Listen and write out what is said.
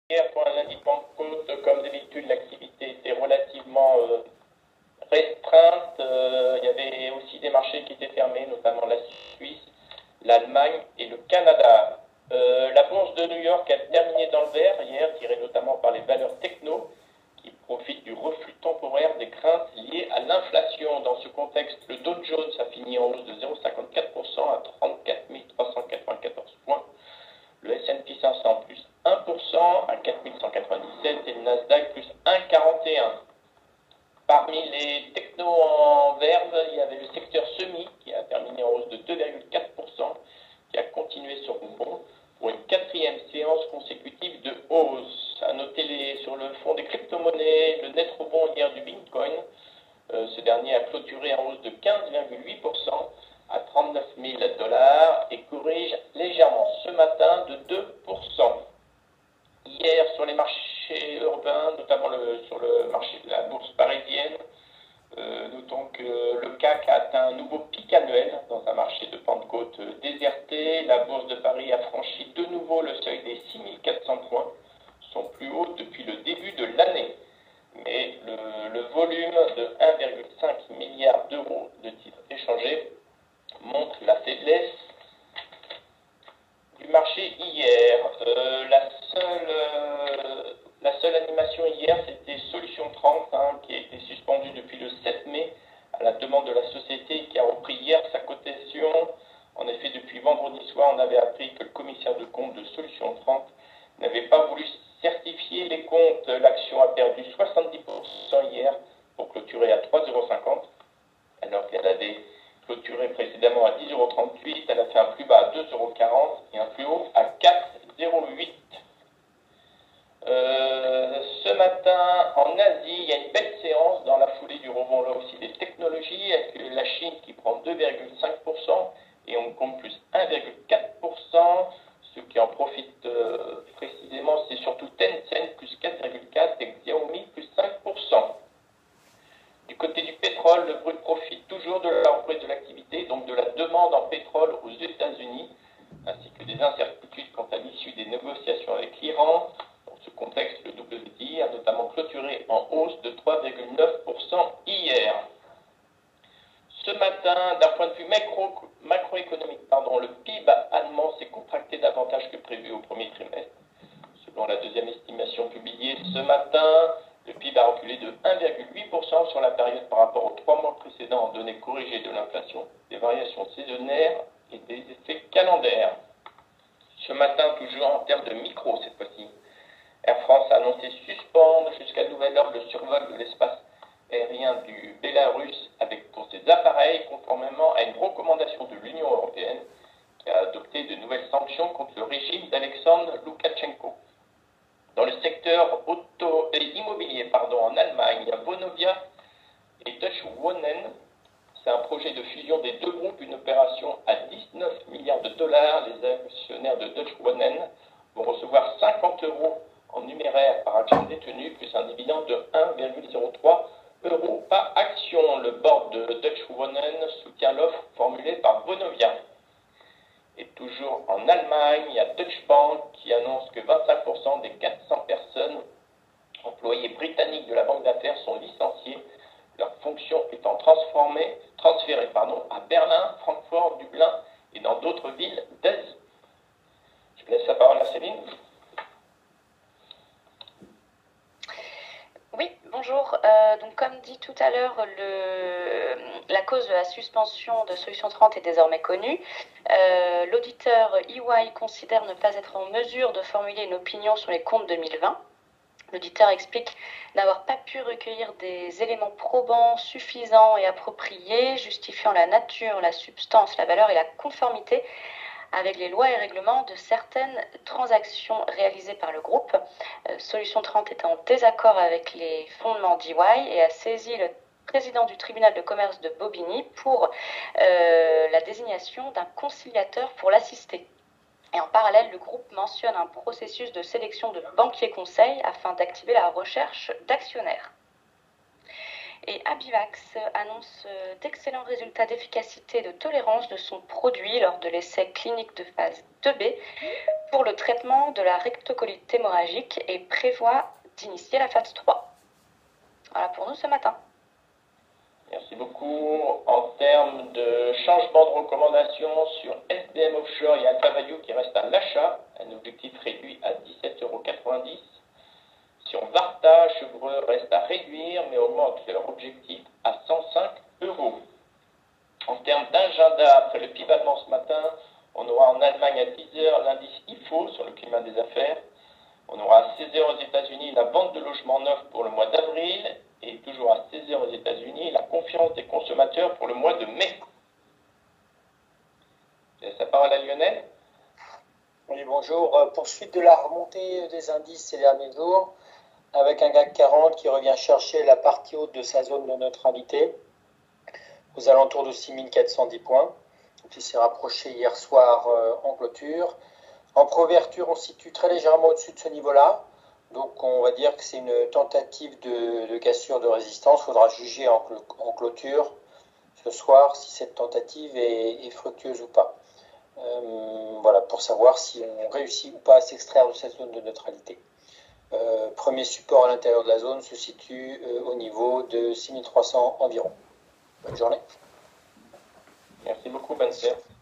Hier, pour un lundi de Pentecôte, comme d'habitude, l'activité était relativement restreinte. Il y avait aussi des marchés qui étaient fermés, notamment la Suisse, l'Allemagne et le Canada. La bourse de New York a terminé dans le vert hier, tirée notamment par les valeurs techno, qui profitent du reflux temporaire des craintes liées à l'inflation. Dans ce contexte, le Dow Jones a fini en hausse de 0,54% à 34 394 points. Le S&P 500 plus 1% à 4197 et le Nasdaq plus 1,41. Parmi les technos en verve, il y avait le secteur semi qui a terminé en hausse de 2,4%, qui a continué sur le bond pour une quatrième séance consécutive de hausse. À noter sur le fond des crypto-monnaies, le net rebond hier du Bitcoin. Ce dernier a clôturé en hausse de 15,8% à 39 000 dollars et corrige légèrement ce matin de 2%. Hier, sur les marchés européens, notamment sur le marché de la bourse parisienne, notons que le CAC a atteint un nouveau pic annuel dans un marché de Pentecôte déserté. La bourse de Paris a franchi de nouveau le seuil des 6400 points, son plus haut depuis le début de l'année. Mais le volume de 1,5 milliard d'euros de titres échangés montre la faiblesse du marché hier. La seule animation hier, c'était Solution 30, qui a été suspendue depuis le 7 mai à la demande de la société qui a repris hier sa cotation. En effet, depuis vendredi soir, on avait appris que le commissaire de compte de Solution 30 n'avait pas voulu certifier les comptes. L'action a perdu 70% hier pour clôturer à 3,50 €, alors qu'elle avait clôturé précédemment à 10,38 €. Elle a fait un plus bas à 2,40 € et un plus haut à 4,08 €. Ce matin, en Asie, il y a une belle séance dans la foulée du rebond là aussi des technologies, avec la Chine qui prend 2,5% et Hong Kong plus 1,4%. Ceux qui en profitent précisément, c'est surtout Tencent plus 4,4% et Xiaomi plus 5%. Du côté du pétrole, le brut profite toujours de la reprise de l'activité, donc de la demande en pétrole aux États-Unis, ainsi que des incertitudes quant à l'issue des négociations avec l'Iran. Dans ce contexte, le WTI a notamment clôturé en hausse de 3,9% hier. Ce matin, d'un point de vue macroéconomique, le PIB allemand s'est contracté davantage que prévu au premier trimestre. Selon la deuxième estimation publiée ce matin, le PIB a reculé de 1,8% sur la période par rapport aux 3 mois précédents en données corrigées de l'inflation, des variations saisonnières et des effets calendaires. Ce matin, toujours en termes de micro cette fois-ci, Air France a annoncé suspendre jusqu'à nouvel ordre le survol de l'espace aérien du Bélarus avec pour ses appareils, conformément à une recommandation de l'Union européenne qui a adopté de nouvelles sanctions contre le régime d'Alexandre Loukachenko. Dans le secteur immobilier en Allemagne, il y a Vonovia et Deutsche Wohnen. C'est un projet de fusion des deux groupes, une opération à 19 milliards de dollars. Les actionnaires de Deutsche Wohnen vont recevoir 50 € en numéraire par action détenue, plus un dividende de 1,03 € par action. Le board de Deutsche Wohnen soutient l'offre formulée par Vonovia. Et toujours en Allemagne, il y a Deutsche Bank qui annonce que 25% des 400 personnes employés britanniques de la banque d'affaires sont licenciés, leurs fonctions étant transférées à Berlin, Francfort, Dublin et dans d'autres villes d'Asie. Je laisse la parole à Céline. Oui, bonjour. Donc, comme dit tout à l'heure, la cause de la suspension de Solution 30 est désormais connue. L'auditeur EY considère ne pas être en mesure de formuler une opinion sur les comptes 2020. L'auditeur explique n'avoir pas pu recueillir des éléments probants, suffisants et appropriés, justifiant la nature, la substance, la valeur et la conformité avec les lois et règlements de certaines transactions réalisées par le groupe. Solution 30 est en désaccord avec les fondements d'EY et a saisi le président du tribunal de commerce de Bobigny pour la désignation d'un conciliateur pour l'assister. Et en parallèle, le groupe mentionne un processus de sélection de banquiers conseils afin d'activer la recherche d'actionnaires. Et Abivax annonce d'excellents résultats d'efficacité et de tolérance de son produit lors de l'essai clinique de phase 2B pour le traitement de la rectocolite hémorragique et prévoit d'initier la phase 3. Voilà pour nous ce matin. Merci beaucoup. En termes de changement de recommandation sur SBM Offshore, il y a Alpha Value qui reste à l'achat, un objectif réduit à 17,90 €. Sur Varta, Chevreux reste à réduire, mais augmente leur objectif à 105 €. En termes d'agenda, après le PIB allemand ce matin, on aura en Allemagne à 10 h l'indice IFO sur le climat des affaires. On aura à 16 h aux États-Unis la vente de logements neufs pour le mois d'avril. Et toujours à 16 h aux États-Unis, la confiance des consommateurs pour le mois de mai. Je laisse la parole à Lionel. Oui, bonjour. Poursuite de la remontée des indices ces derniers jours, avec un CAC 40 qui revient chercher la partie haute de sa zone de neutralité, aux alentours de 6410 points, qui s'est rapproché hier soir en clôture. En préouverture, on se situe très légèrement au-dessus de ce niveau-là. Donc on va dire que c'est une tentative de cassure de résistance. Il faudra juger en clôture ce soir si cette tentative est fructueuse ou pas. Voilà, pour savoir si on réussit ou pas à s'extraire de cette zone de neutralité. Premier support à l'intérieur de la zone se situe au niveau de 6300 environ. Bonne journée. Merci beaucoup, Benser.